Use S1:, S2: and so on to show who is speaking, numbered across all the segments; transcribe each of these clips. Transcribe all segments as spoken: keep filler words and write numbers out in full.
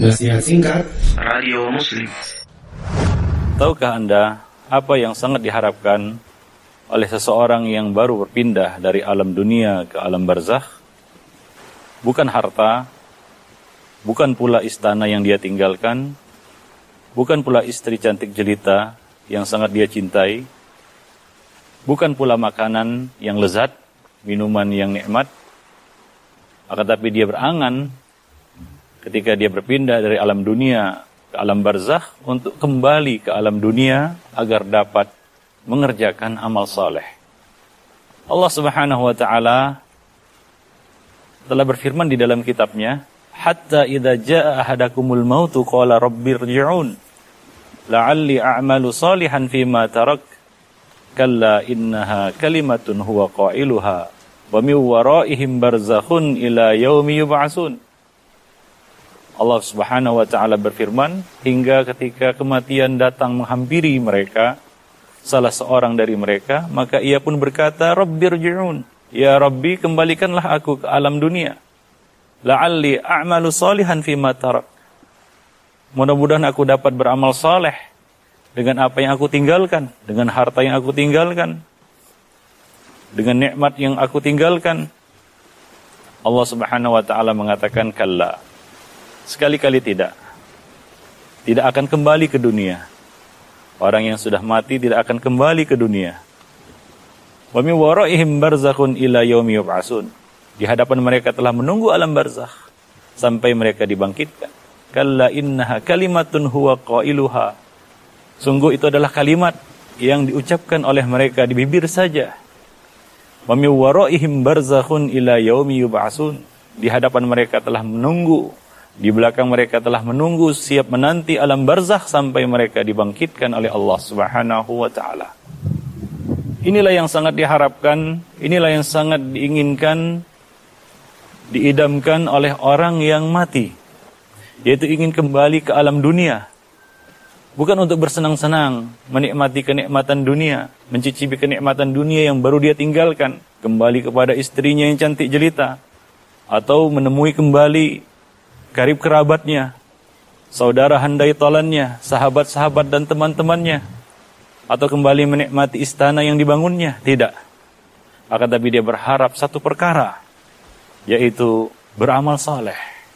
S1: Nasihat singkat Radio Muslim.
S2: Tahukah Anda apa yang sangat diharapkan oleh seseorang yang baru berpindah dari alam dunia ke alam barzakh? Bukan harta, bukan pula istana yang dia tinggalkan, bukan pula istri cantik jelita yang sangat dia cintai, bukan pula makanan yang lezat, minuman yang nikmat, akan tapi dia berangan ketika dia berpindah dari alam dunia ke alam barzakh untuk kembali ke alam dunia agar dapat mengerjakan amal saleh. Allah Subhanahu wa taala telah berfirman di dalam kitabnya, "Hatta idza jaa ahadakumul mautu qala rabbirji'un la'alli a'malu salihan fima tarak kalla innaha kalimatun huwa qailuha wa min waraihim barzakhun ila yaumi yub'atsun." Allah Subhanahu wa taala berfirman, hingga ketika kematian datang menghampiri mereka, salah seorang dari mereka, maka ia pun berkata, "Rabbirji'un, ya Rabbi, kembalikanlah aku ke alam dunia. La'alli a'malu salihan fima tarak." Mudah-mudahan aku dapat beramal saleh dengan apa yang aku tinggalkan, dengan harta yang aku tinggalkan, dengan nikmat yang aku tinggalkan. Allah Subhanahu wa taala mengatakan, kalla, sekali-kali tidak. Tidak akan kembali ke dunia. Orang yang sudah mati tidak akan kembali ke dunia. Wa min waraihim barzakhun ila yaumi yub'atsun. Di hadapan mereka telah menunggu alam barzakh sampai mereka dibangkitkan. Kalla innaha kalimatun huwa qailuha. Sungguh itu adalah kalimat yang diucapkan oleh mereka di bibir saja. Wa min waraihim barzakhun ila yaumi yub'atsun. Di hadapan mereka telah menunggu, di belakang mereka telah menunggu, siap menanti alam barzakh sampai mereka dibangkitkan oleh Allah Subhanahu wa taala. Inilah yang sangat diharapkan, inilah yang sangat diinginkan, diidamkan oleh orang yang mati, yaitu ingin kembali ke alam dunia. Bukan untuk bersenang-senang, menikmati kenikmatan dunia, mencicipi kenikmatan dunia yang baru dia tinggalkan, kembali kepada istrinya yang cantik jelita, atau menemui kembali karib kerabatnya, saudara handai tolannya, sahabat-sahabat dan teman-temannya, atau kembali menikmati istana yang dibangunnya. Tidak. Akan tapi dia berharap satu perkara, yaitu beramal saleh.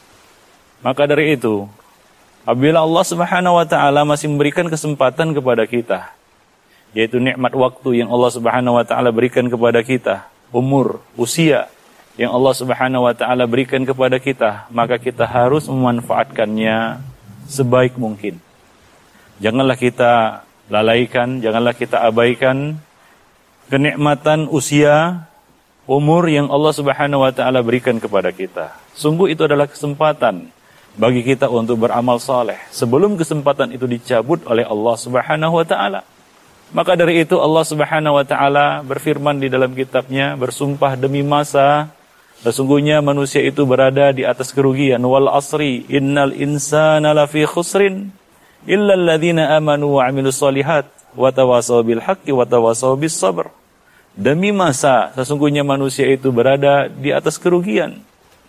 S2: Maka dari itu, apabila Allah Subhanahu wa taala masih memberikan kesempatan kepada kita, yaitu nikmat waktu yang Allah Subhanahu wa taala berikan kepada kita, umur, usia yang Allah Subhanahu wa taala berikan kepada kita, maka kita harus memanfaatkannya sebaik mungkin. Janganlah kita lalaikan, janganlah kita abaikan kenikmatan usia, umur yang Allah Subhanahu wa taala berikan kepada kita. Sungguh itu adalah kesempatan bagi kita untuk beramal saleh sebelum kesempatan itu dicabut oleh Allah Subhanahu wa taala. Maka dari itu Allah Subhanahu wa taala berfirman di dalam kitabnya, bersumpah demi masa, sesungguhnya manusia itu berada di atas kerugian. Wal asri innal insana lafi khusrin illa alladhina amanu wa amilus solihat wa tawasaw bil haqqi wa tawasaw bis sabr. Demi masa, sesungguhnya manusia itu berada di atas kerugian,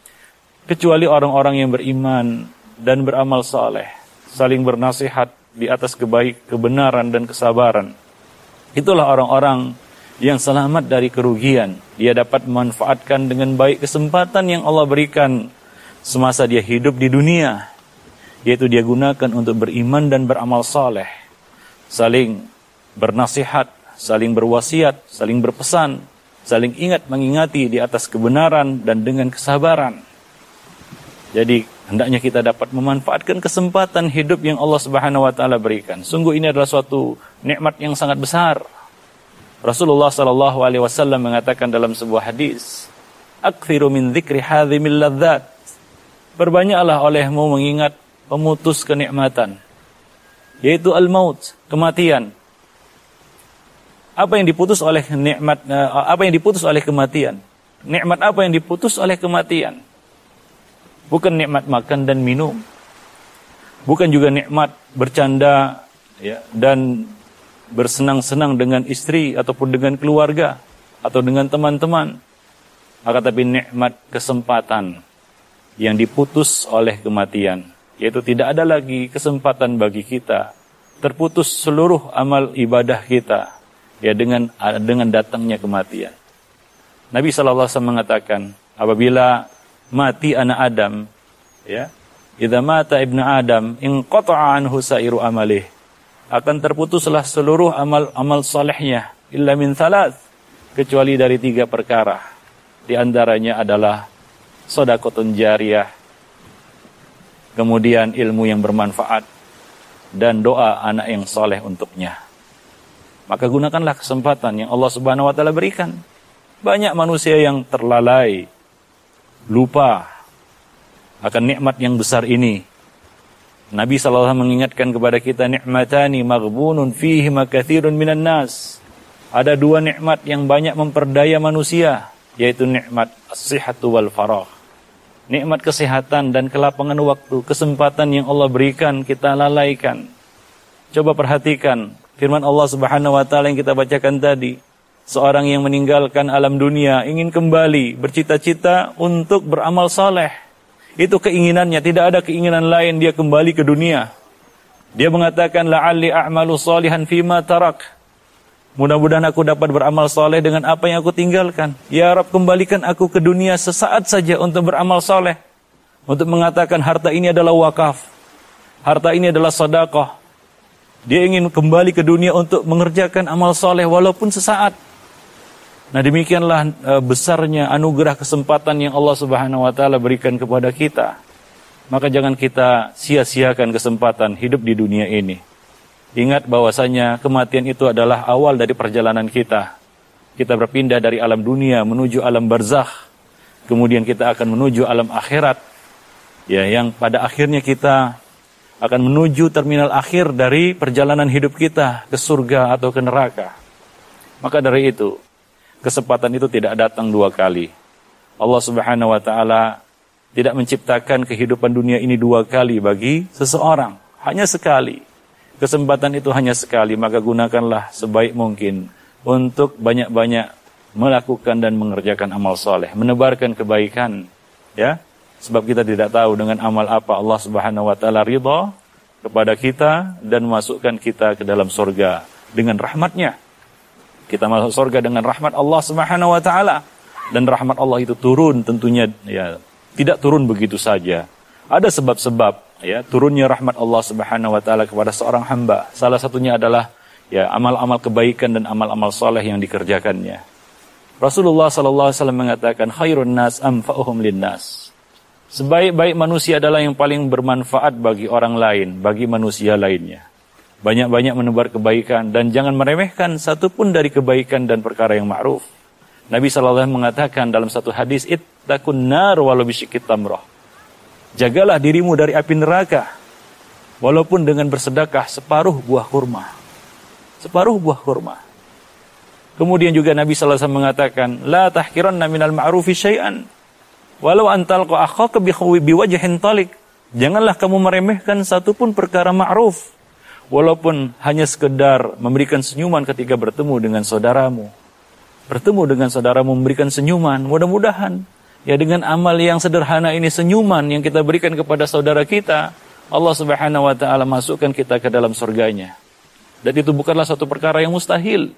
S2: kecuali orang-orang yang beriman dan beramal saleh, saling bernasihat di atas kebaik, kebenaran dan kesabaran. Itulah orang-orang yang selamat dari kerugian. Dia dapat memanfaatkan dengan baik kesempatan yang Allah berikan semasa dia hidup di dunia, yaitu dia gunakan untuk beriman dan beramal saleh, saling bernasihat, saling berwasiat, saling berpesan, saling ingat mengingati di atas kebenaran dan dengan kesabaran. Jadi hendaknya kita dapat memanfaatkan kesempatan hidup yang Allah Subhanahu wa taala berikan. Sungguh ini adalah suatu nikmat yang sangat besar. Rasulullah sallallahu alaihi wasallam mengatakan dalam sebuah hadis, "Aktsiru min dzikri hadzimil ladzat." Berbanyaklah olehmu mengingat pemutus kenikmatan, yaitu al-maut, kematian. Apa yang diputus oleh nikmat, apa yang diputus oleh kematian? Nikmat apa yang diputus oleh kematian? Bukan nikmat makan dan minum. Bukan juga nikmat bercanda ya, dan bersenang-senang dengan istri ataupun dengan keluarga atau dengan teman-teman. Akan tapi nikmat kesempatan yang diputus oleh kematian. yaitu tidak ada lagi kesempatan bagi kita, terputus seluruh amal ibadah kita, ya dengan dengan datangnya kematian. Nabi shallallahu alaihi wasallam mengatakan, apabila mati anak Adam, ya, idza mata ibnu Adam, inqata'a anhu sa'iru amalih, akan terputuslah seluruh amal amal salehnya, illa min thalath, kecuali dari tiga perkara. Di antaranya adalah shadaqatun jariyah, kemudian ilmu yang bermanfaat, dan doa anak yang soleh untuknya. Maka gunakanlah kesempatan yang Allah Subhanahu wa taala berikan. Banyak manusia yang terlalai, lupa akan nikmat yang besar ini. Nabi shallallahu alaihi wasallam mengingatkan kepada kita, nikmatani maghbunun fihi makathirun minan nas. Ada dua nikmat yang banyak memperdaya manusia, yaitu nikmat as-sihhatu wal faragh. Nikmat kesehatan dan kelapangan waktu, kesempatan yang Allah berikan kita lalaikan. Coba perhatikan firman Allah Subhanahu wa taala yang kita bacakan tadi. Seorang yang meninggalkan alam dunia ingin kembali bercita-cita untuk beramal saleh. Itu keinginannya, tidak ada keinginan lain dia kembali ke dunia. Dia mengatakan la'alli a'malu salihan fima tarak. Mudah-mudahan aku dapat beramal saleh dengan apa yang aku tinggalkan. Ya Rabb, kembalikan aku ke dunia sesaat saja untuk beramal saleh. Untuk mengatakan harta ini adalah wakaf. Harta ini adalah sedekah. Dia ingin kembali ke dunia untuk mengerjakan amal saleh walaupun sesaat. Nah, demikianlah e, besarnya anugerah kesempatan yang Allah Subhanahu wa taala berikan kepada kita. Maka jangan kita sia-siakan kesempatan hidup di dunia ini. Ingat bahwasanya kematian itu adalah awal dari perjalanan kita. Kita berpindah dari alam dunia menuju alam barzakh. Kemudian kita akan menuju alam akhirat. Ya, yang pada akhirnya kita akan menuju terminal akhir dari perjalanan hidup kita ke surga atau ke neraka. Maka dari itu, kesempatan itu tidak datang dua kali. Allah Subhanahu wa taala tidak menciptakan kehidupan dunia ini dua kali bagi seseorang, hanya sekali. Kesempatan itu hanya sekali, maka gunakanlah sebaik mungkin untuk banyak-banyak melakukan dan mengerjakan amal soleh, menebarkan kebaikan, ya. Sebab kita tidak tahu dengan amal apa Allah Subhanahu wa taala ridha kepada kita dan memasukkan kita ke dalam surga dengan rahmatnya. Kita masuk surga dengan rahmat Allah Subhanahu wa taala, dan rahmat Allah itu turun tentunya, ya, tidak turun begitu saja. Ada sebab-sebab, ya, turunnya rahmat Allah Subhanahu wa taala kepada seorang hamba. Salah satunya adalah, ya, amal-amal kebaikan dan amal-amal soleh yang dikerjakannya. Rasulullah sallallahu alaihi wasallam mengatakan, khairun nas anfa'uhum linnas. Sebaik-baik manusia adalah yang paling bermanfaat bagi orang lain, bagi manusia lainnya. Banyak-banyak menebar kebaikan dan jangan meremehkan satupun dari kebaikan dan perkara yang ma'ruf. Nabi sallallahu alaihi wasallam mengatakan dalam satu hadis, ittaqun nar walau bisyikit tamrah. Jagalah dirimu dari api neraka walaupun dengan bersedekah separuh buah kurma. Separuh buah kurma. Kemudian juga Nabi sallallahu alaihi wasallam mengatakan, la tahkiranna minal ma'rufi syai'an walau antalqa akhaka biwajhin talik. Janganlah kamu meremehkan satupun perkara ma'ruf, walaupun hanya sekedar memberikan senyuman ketika bertemu dengan saudaramu. Bertemu dengan saudaramu memberikan senyuman, mudah-mudahan ya dengan amal yang sederhana ini, senyuman yang kita berikan kepada saudara kita, Allah Subhanahu wa taala masukkan kita ke dalam surganya. Dan itu bukanlah satu perkara yang mustahil.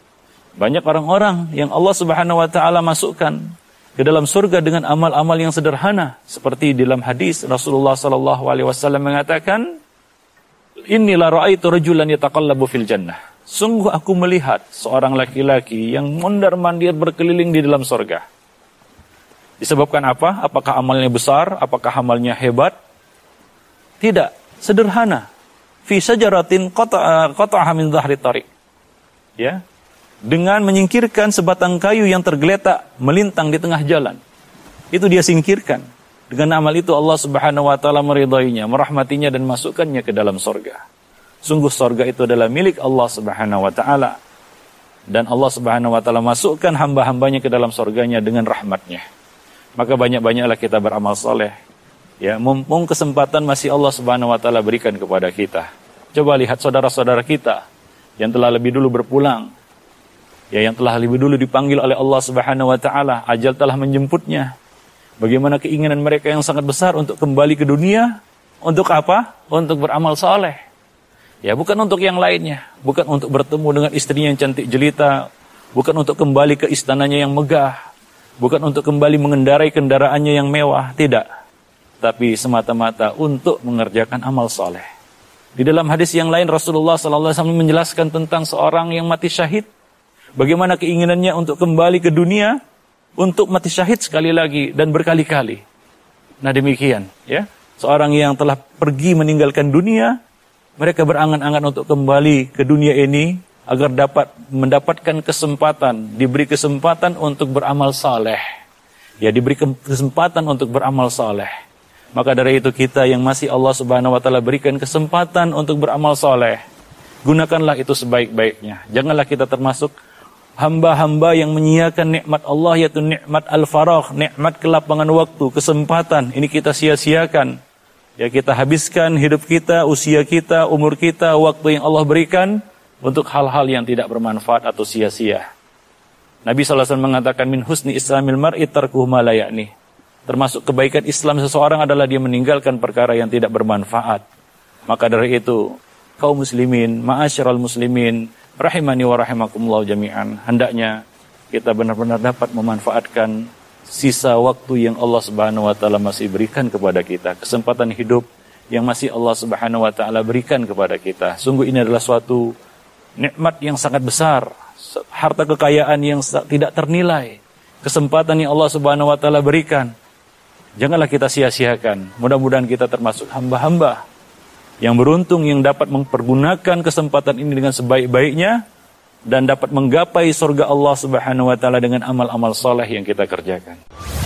S2: Banyak orang-orang yang Allah Subhanahu wa taala masukkan ke dalam surga dengan amal-amal yang sederhana, seperti dalam hadis Rasulullah sallallahu alaihi wasallam mengatakan, inni la ra'aitu rajulan yataqallabu fil jannah. Sungguh aku melihat seorang laki-laki yang mondar-mandir berkeliling di dalam surga. Disebabkan apa? Apakah amalnya besar? Apakah amalnya hebat? Tidak, sederhana. Fi sajaratin qata'aha min dhahri tariq. Ya. Dengan menyingkirkan sebatang kayu yang tergeletak melintang di tengah jalan. Itu dia singkirkan. Dengan amal itu Allah Subhanahu wa taala meridainya, merahmatinya dan masukkannya ke dalam surga. Sungguh surga itu adalah milik Allah Subhanahu wa taala. Dan Allah Subhanahu wa taala masukkan hamba-hambanya ke dalam surganya dengan rahmatnya. Maka banyak-banyaklah kita beramal soleh. Ya, mumpung kesempatan masih Allah Subhanahu wa taala berikan kepada kita. Coba lihat saudara-saudara kita yang telah lebih dulu berpulang. Ya, yang telah lebih dulu dipanggil oleh Allah Subhanahu wa taala, ajal telah menjemputnya. Bagaimana keinginan mereka yang sangat besar untuk kembali ke dunia, Untuk apa? Untuk beramal soleh. Ya, bukan untuk yang lainnya. Bukan untuk bertemu dengan istrinya yang cantik jelita. Bukan untuk kembali ke istananya yang megah. Bukan untuk kembali mengendarai kendaraannya yang mewah. Tidak. Tapi semata-mata untuk mengerjakan amal soleh. Di dalam hadis yang lain Rasulullah sallallahu alaihi wasallam menjelaskan tentang seorang yang mati syahid. Bagaimana keinginannya untuk kembali ke dunia. Untuk mati syahid sekali lagi dan berkali-kali. Nah demikian. Ya, seorang yang telah pergi meninggalkan dunia. Mereka berangan-angan untuk kembali ke dunia ini agar dapat mendapatkan kesempatan, diberi kesempatan untuk beramal saleh. Ya, diberi kesempatan untuk beramal saleh. Maka dari itu kita yang masih Allah Subhanahu wa taala berikan kesempatan untuk beramal saleh, gunakanlah itu sebaik-baiknya. Janganlah kita termasuk hamba-hamba yang menyia-nyiakan nikmat Allah, yaitu nikmat al-faragh, nikmat kelapangan waktu, kesempatan. Ini kita sia-siakan. Ya, kita habiskan hidup kita, usia kita, umur kita, waktu yang Allah berikan untuk hal-hal yang tidak bermanfaat atau sia-sia. Nabi sallallahu alaihi wasallam mengatakan min husni islamil mar'i tarkuhu ma la ya'ni. Termasuk kebaikan Islam seseorang adalah dia meninggalkan perkara yang tidak bermanfaat. Maka dari itu, kaum muslimin, ma'asyiral muslimin, rahimani wa rahimakumullah jami'an, hendaknya kita benar-benar dapat memanfaatkan sisa waktu yang Allah Subhanahu wa taala masih berikan kepada kita, kesempatan hidup yang masih Allah Subhanahu wa taala berikan kepada kita. Sungguh ini adalah suatu nikmat yang sangat besar, harta kekayaan yang tidak ternilai, kesempatan yang Allah Subhanahu wa taala berikan. Janganlah kita sia-siakan. Mudah-mudahan kita termasuk hamba-hamba yang beruntung yang dapat mempergunakan kesempatan ini dengan sebaik-baiknya dan dapat menggapai surga Allah Subhanahu wa taala dengan amal-amal soleh yang kita kerjakan.